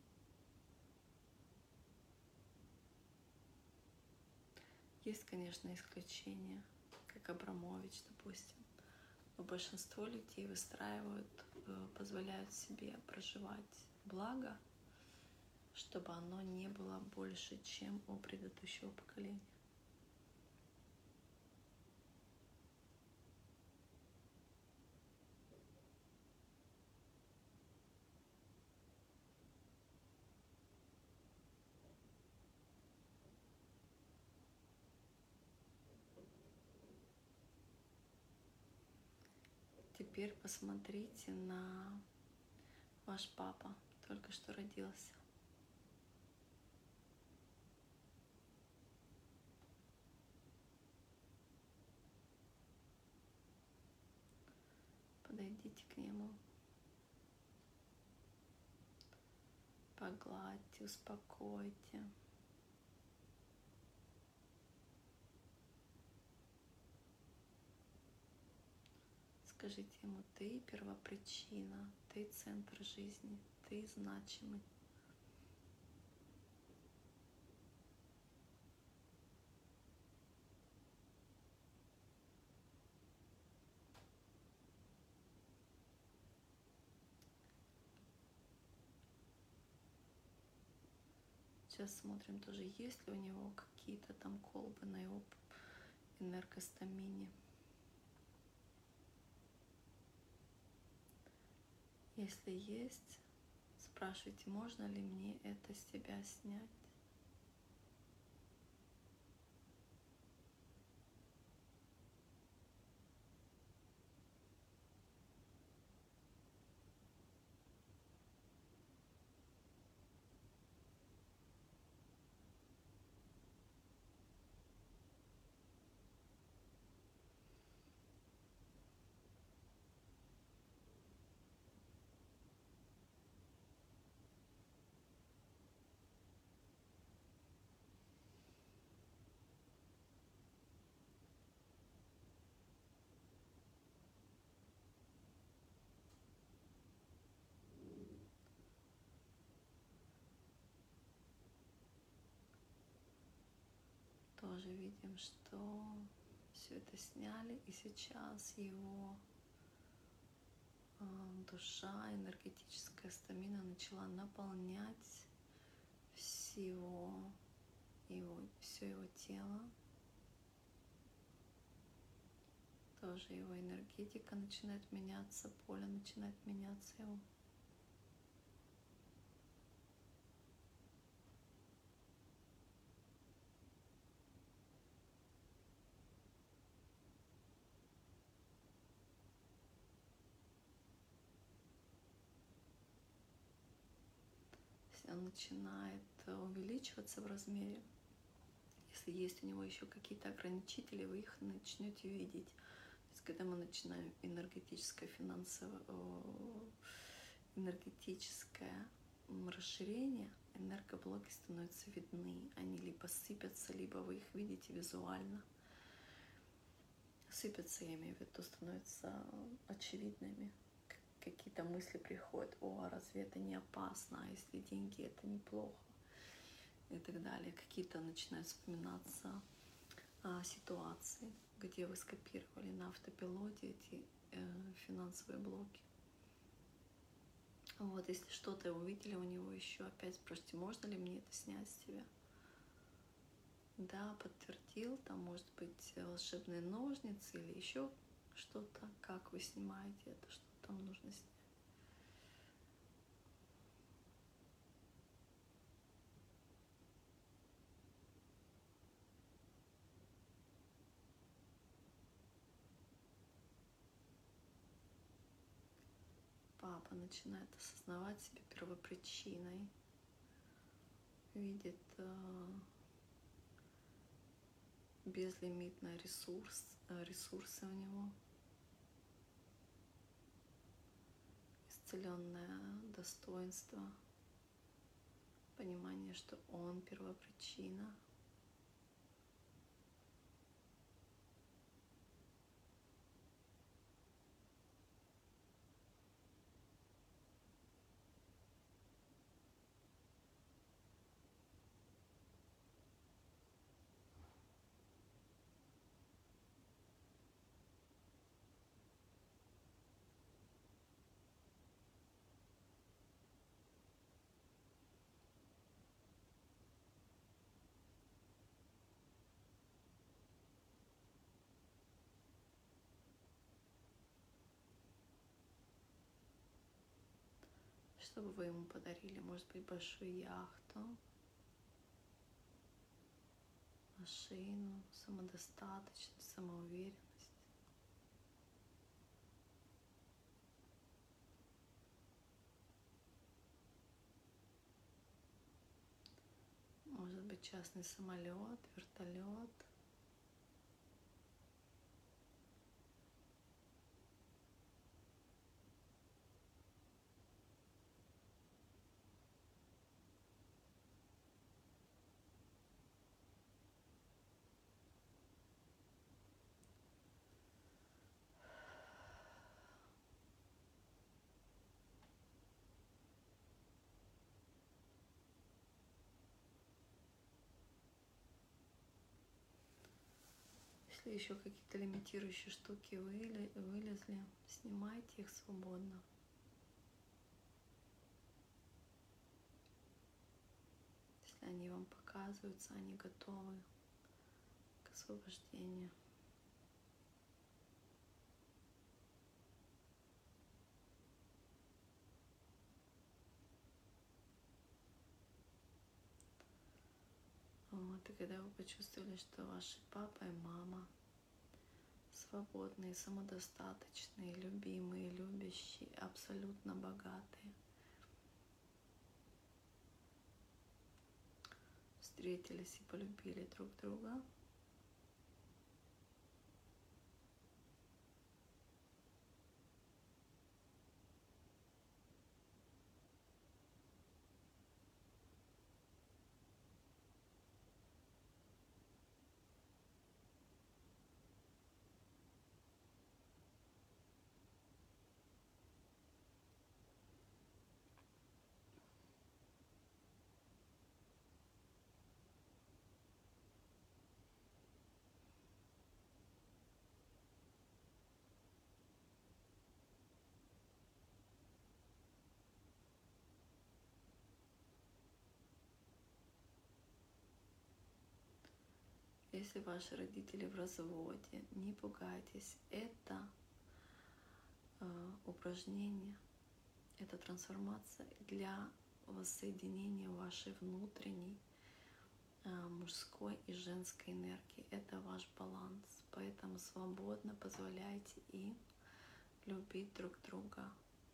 Есть, конечно, исключения, как Абрамович, допустим, но большинство людей выстраивают, позволяют себе проживать благо, чтобы оно не было больше, чем у предыдущего поколения. Теперь посмотрите на ваш папа, только что родился. Подойдите к нему, погладьте, успокойте. Скажите ему: ты первопричина, ты центр жизни, ты значимый. Сейчас смотрим тоже, есть ли у него какие-то там колбы на его энергостамине. Если есть, спрашивайте, можно ли мне это с себя снять. Тоже видим, что все это сняли, и сейчас его э, душа, энергетическая стамина начала наполнять всего его, все его тело. Тоже его энергетика начинает меняться, поле начинает меняться его. Он начинает увеличиваться в размере. Если есть у него еще какие-то ограничители, вы их начнете видеть. То есть, когда мы начинаем энергетическое, финансовое, энергетическое расширение, энергоблоки становятся видны. Они либо сыпятся, либо вы их видите визуально. Сыпятся, я имею в виду, становятся очевидными. Какие-то мысли приходят: о, а разве это не опасно, а если деньги — это неплохо, и так далее. Какие-то начинают вспоминаться а, ситуации, где вы скопировали на автопилоте эти э, финансовые блоки. Вот, если что-то увидели у него еще, опять спросите: можно ли мне это снять с себя? Да, подтвердил, там может быть волшебные ножницы или еще что-то. Как вы снимаете это, что там нужно снять? Папа начинает осознавать себя первопричиной, видит э, безлимитный ресурс, э, ресурсы у него. исцеленное достоинство, понимание, что Он первопричина. Что бы вы ему подарили? Может быть, большую яхту, машину, самодостаточность, самоуверенность. Может быть, частный самолет, вертолет. Если еще какие-то лимитирующие штуки выли- вылезли, снимайте их свободно. Если они вам показываются, они готовы к освобождению. Вот, и когда вы почувствовали, что ваши папа и мама свободные, самодостаточные, любимые, любящие, абсолютно богатые, встретились и полюбили друг друга, если ваши родители в разводе, не пугайтесь, это э, упражнение, это трансформация для воссоединения вашей внутренней э, мужской и женской энергии. Это ваш баланс, поэтому свободно позволяйте им любить друг друга.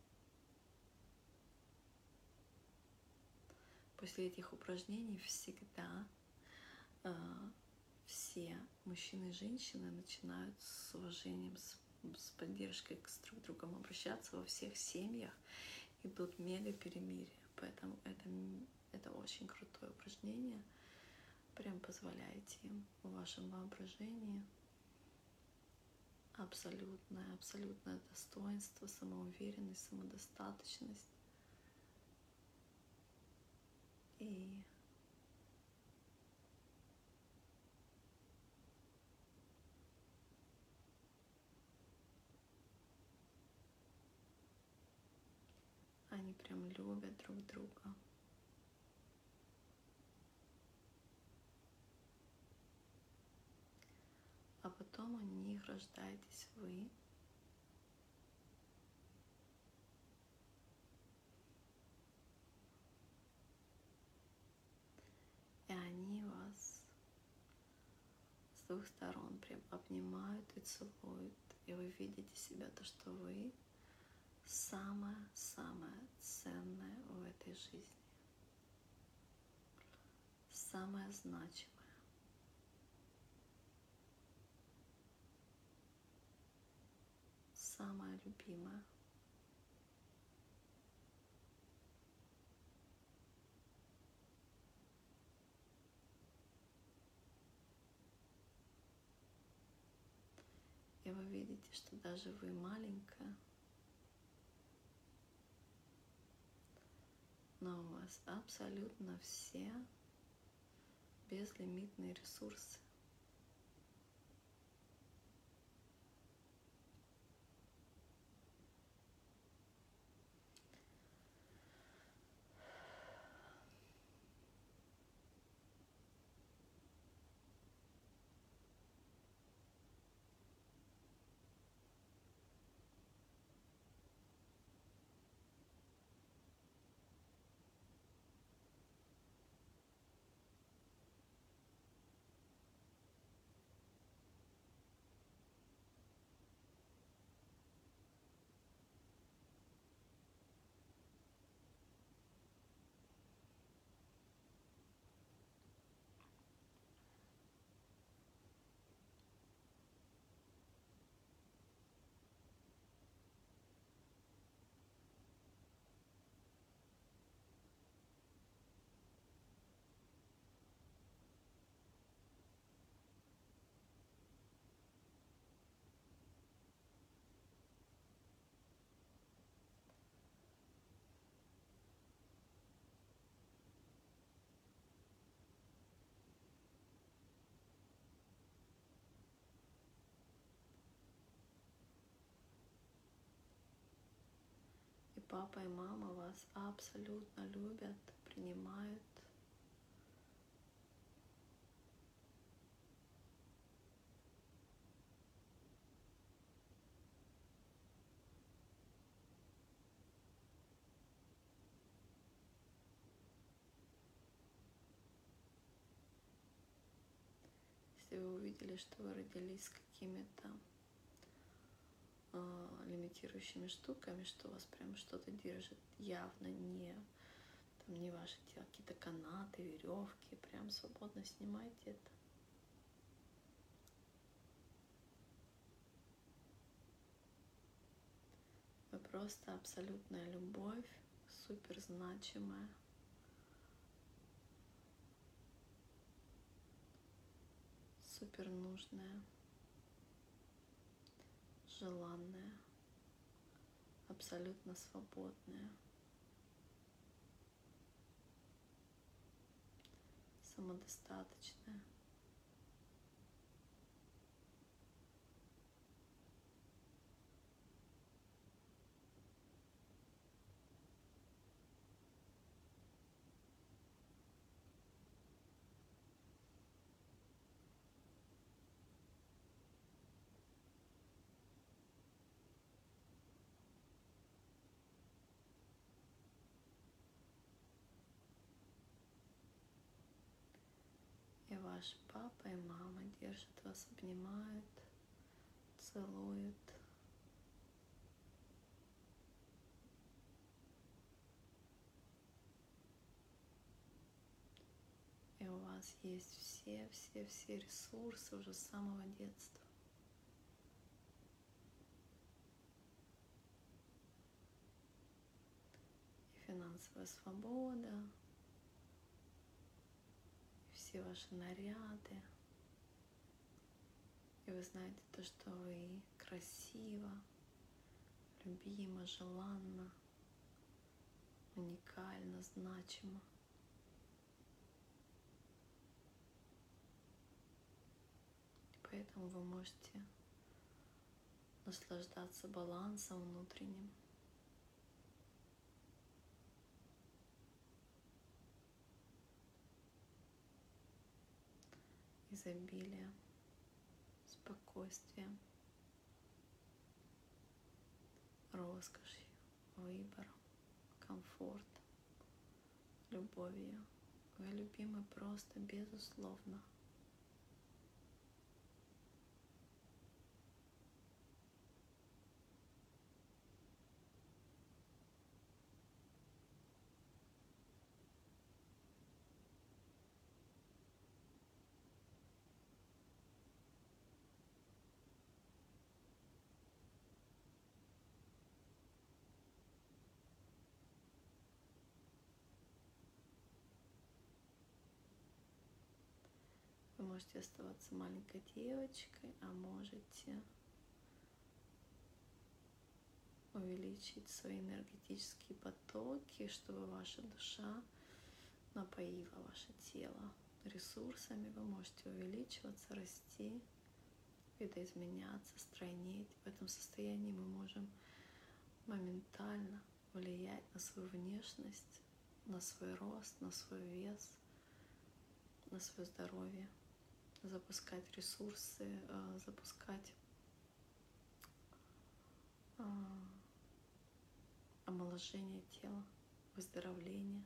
После этих упражнений всегда э, все мужчины и женщины начинают с уважением, с, с поддержкой к друг другу обращаться во всех семьях, идут мега перемирия. Поэтому это, это очень крутое упражнение. Прям позволяйте им в вашем воображении абсолютное, абсолютное достоинство, самоуверенность, самодостаточность. И они прям любят друг друга. А потом у них рождаетесь вы. И они вас с двух сторон прям обнимают и целуют. И вы видите себя, то, что вы самое-самое ценное в этой жизни. Самое значимое. Самое любимое. вы видите, что даже вы маленькая, но у вас абсолютно все безлимитные ресурсы. И папа и мама вас абсолютно любят, принимают. Если вы увидели, что вы родились с какими-то э, лимитирующими штуками, что вас прям что-то держит, явно не, там, не ваше тело, какие-то канаты, веревки, прям свободно снимайте это. Вы просто абсолютная любовь, супер значимая. Супер нужная, желанная, абсолютно свободная, самодостаточная. И ваш папа и мама держат вас, обнимают, целуют. И у вас есть все-все-все ресурсы уже с самого детства. И финансовая свобода, и все ваши наряды. И вы знаете то, что вы красиво, любимо, желанно, уникально, значимо. И поэтому вы можете наслаждаться балансом внутренним. Изобилие, спокойствием, роскошью, выбором, комфортом, любовью. Вы любимы просто безусловно. Вы можете оставаться маленькой девочкой, а можете увеличить свои энергетические потоки, чтобы ваша душа напоила ваше тело ресурсами. Вы можете увеличиваться, расти, видоизменяться, стройнеть. В этом состоянии мы можем моментально влиять на свою внешность, на свой рост, на свой вес, на свое здоровье, запускать ресурсы, запускать омоложение тела, выздоровление.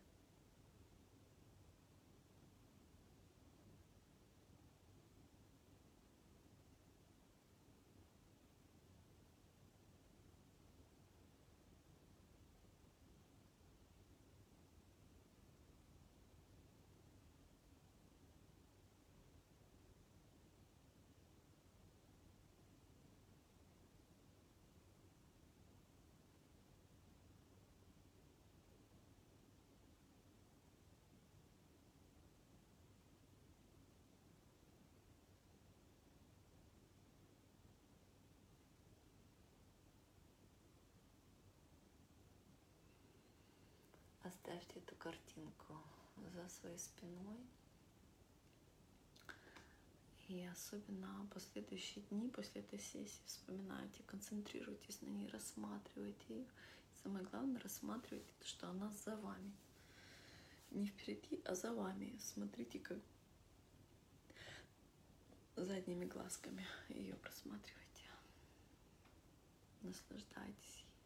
Оставьте эту картинку за своей спиной. И особенно последующие дни после этой сессии вспоминайте, концентрируйтесь на ней, рассматривайте ее. Самое главное, рассматривайте, что она за вами. Не впереди, а за вами. Смотрите, как задними глазками ее просматривайте. Наслаждайтесь ей.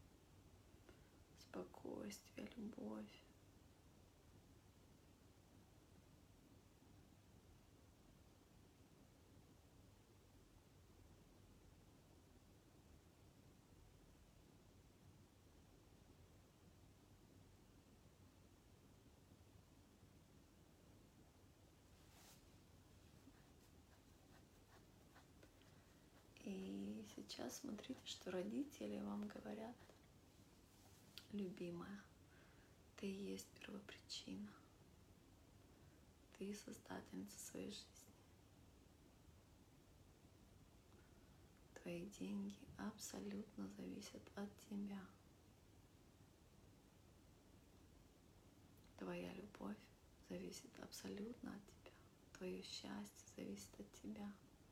Спокойствие, любовь. И сейчас смотрите, что родители вам говорят: любимая, ты и есть первопричина. Ты создательница своей жизни. Твои деньги абсолютно зависят от тебя. Твоя любовь зависит абсолютно от тебя. Твое счастье зависит от тебя.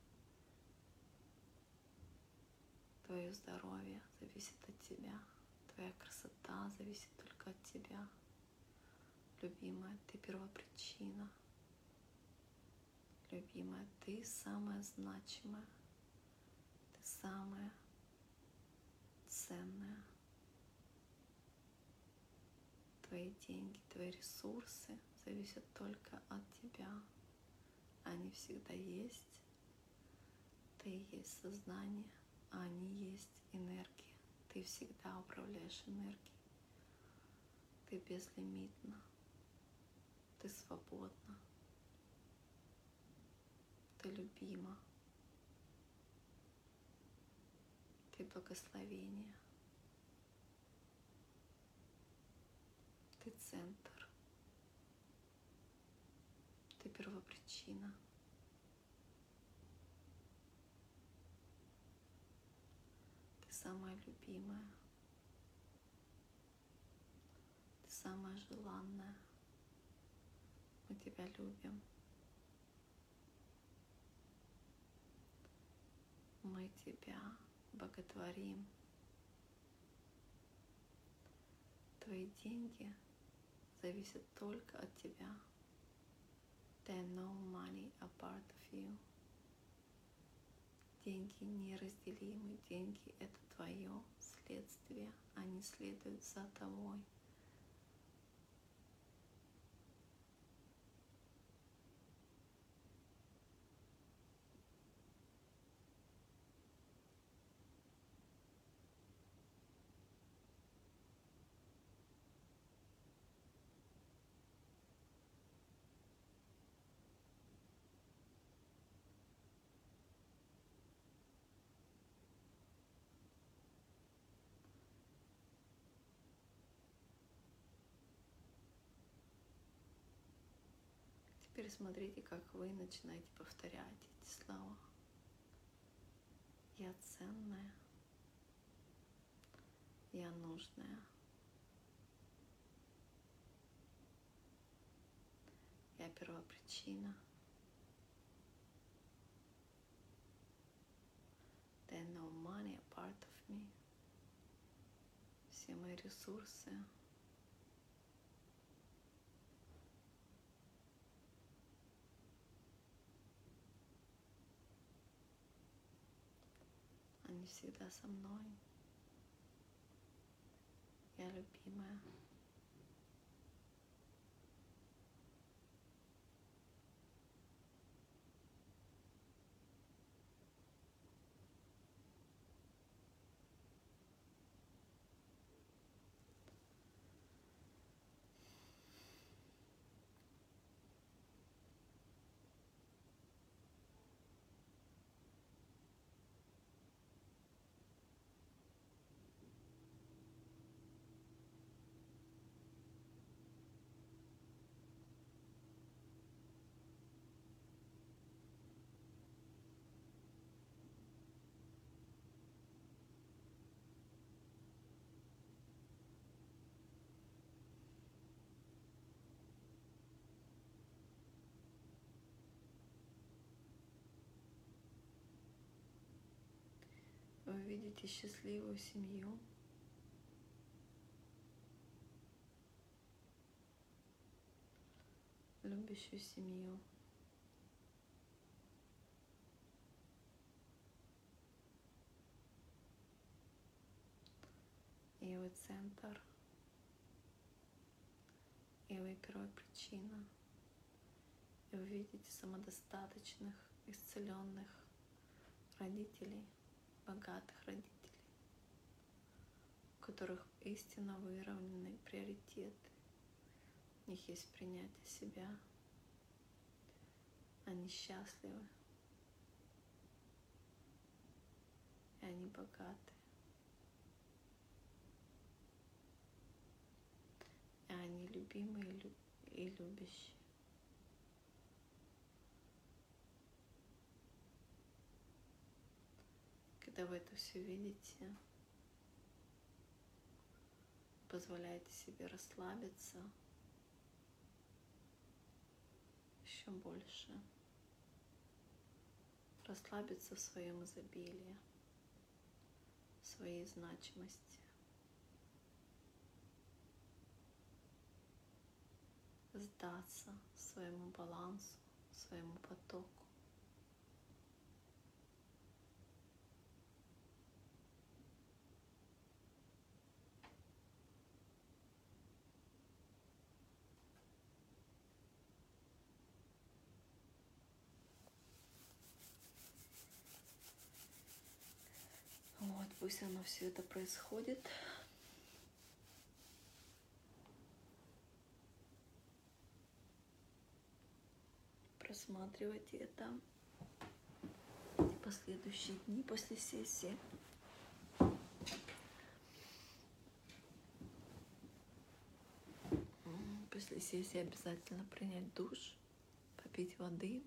Твое здоровье зависит от тебя. Твоя красота зависит только от тебя. Любимая, ты первопричина. Любимая, ты самая значимая. Ты самая ценная. Твои деньги, твои ресурсы зависят только от тебя. Они всегда есть. Ты есть сознание, а они есть энергия. Ты всегда управляешь энергией. Ты безлимитна. Ты свободна. Ты любима. Ты благословение. Ты центр. Ты первопричина. Ты самая любимая. Ты самая желанная. Мы тебя любим. Мы тебя боготворим. Твои деньги зависят только от тебя. They are no money a part of you. Деньги неразделимы. Деньги — это твое следствие. Они следуют за тобой. Теперь смотрите, как вы начинаете повторять эти слова. Я ценная. Я нужная. Я первопричина. Then no money a part of me. Все мои ресурсы они всегда со мной. Я любимая. Вы видите счастливую семью. Любящую семью. И вы центр. И вы первопричина. И вы видите самодостаточных, исцеленных родителей, богатых родителей, у которых истинно выровнены приоритеты. У них есть принятие себя. Они счастливы. И они богаты. И они любимые и любящие. Когда вы это все видите, позволяете себе расслабиться еще больше, расслабиться в своем изобилии, в своей значимости, сдаться своему балансу, своему потоку. Вот, пусть оно все это происходит. Просматривайте это в последующие дни после сессии. После сессии обязательно принять душ, попить воды.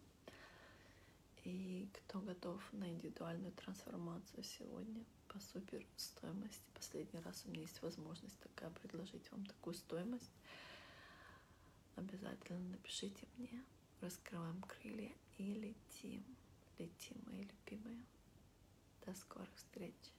И кто готов на индивидуальную трансформацию сегодня по супер стоимости, последний раз у меня есть возможность такая предложить вам такую стоимость, обязательно напишите мне. Раскрываем крылья и летим. Летим, мои любимые. До скорых встреч.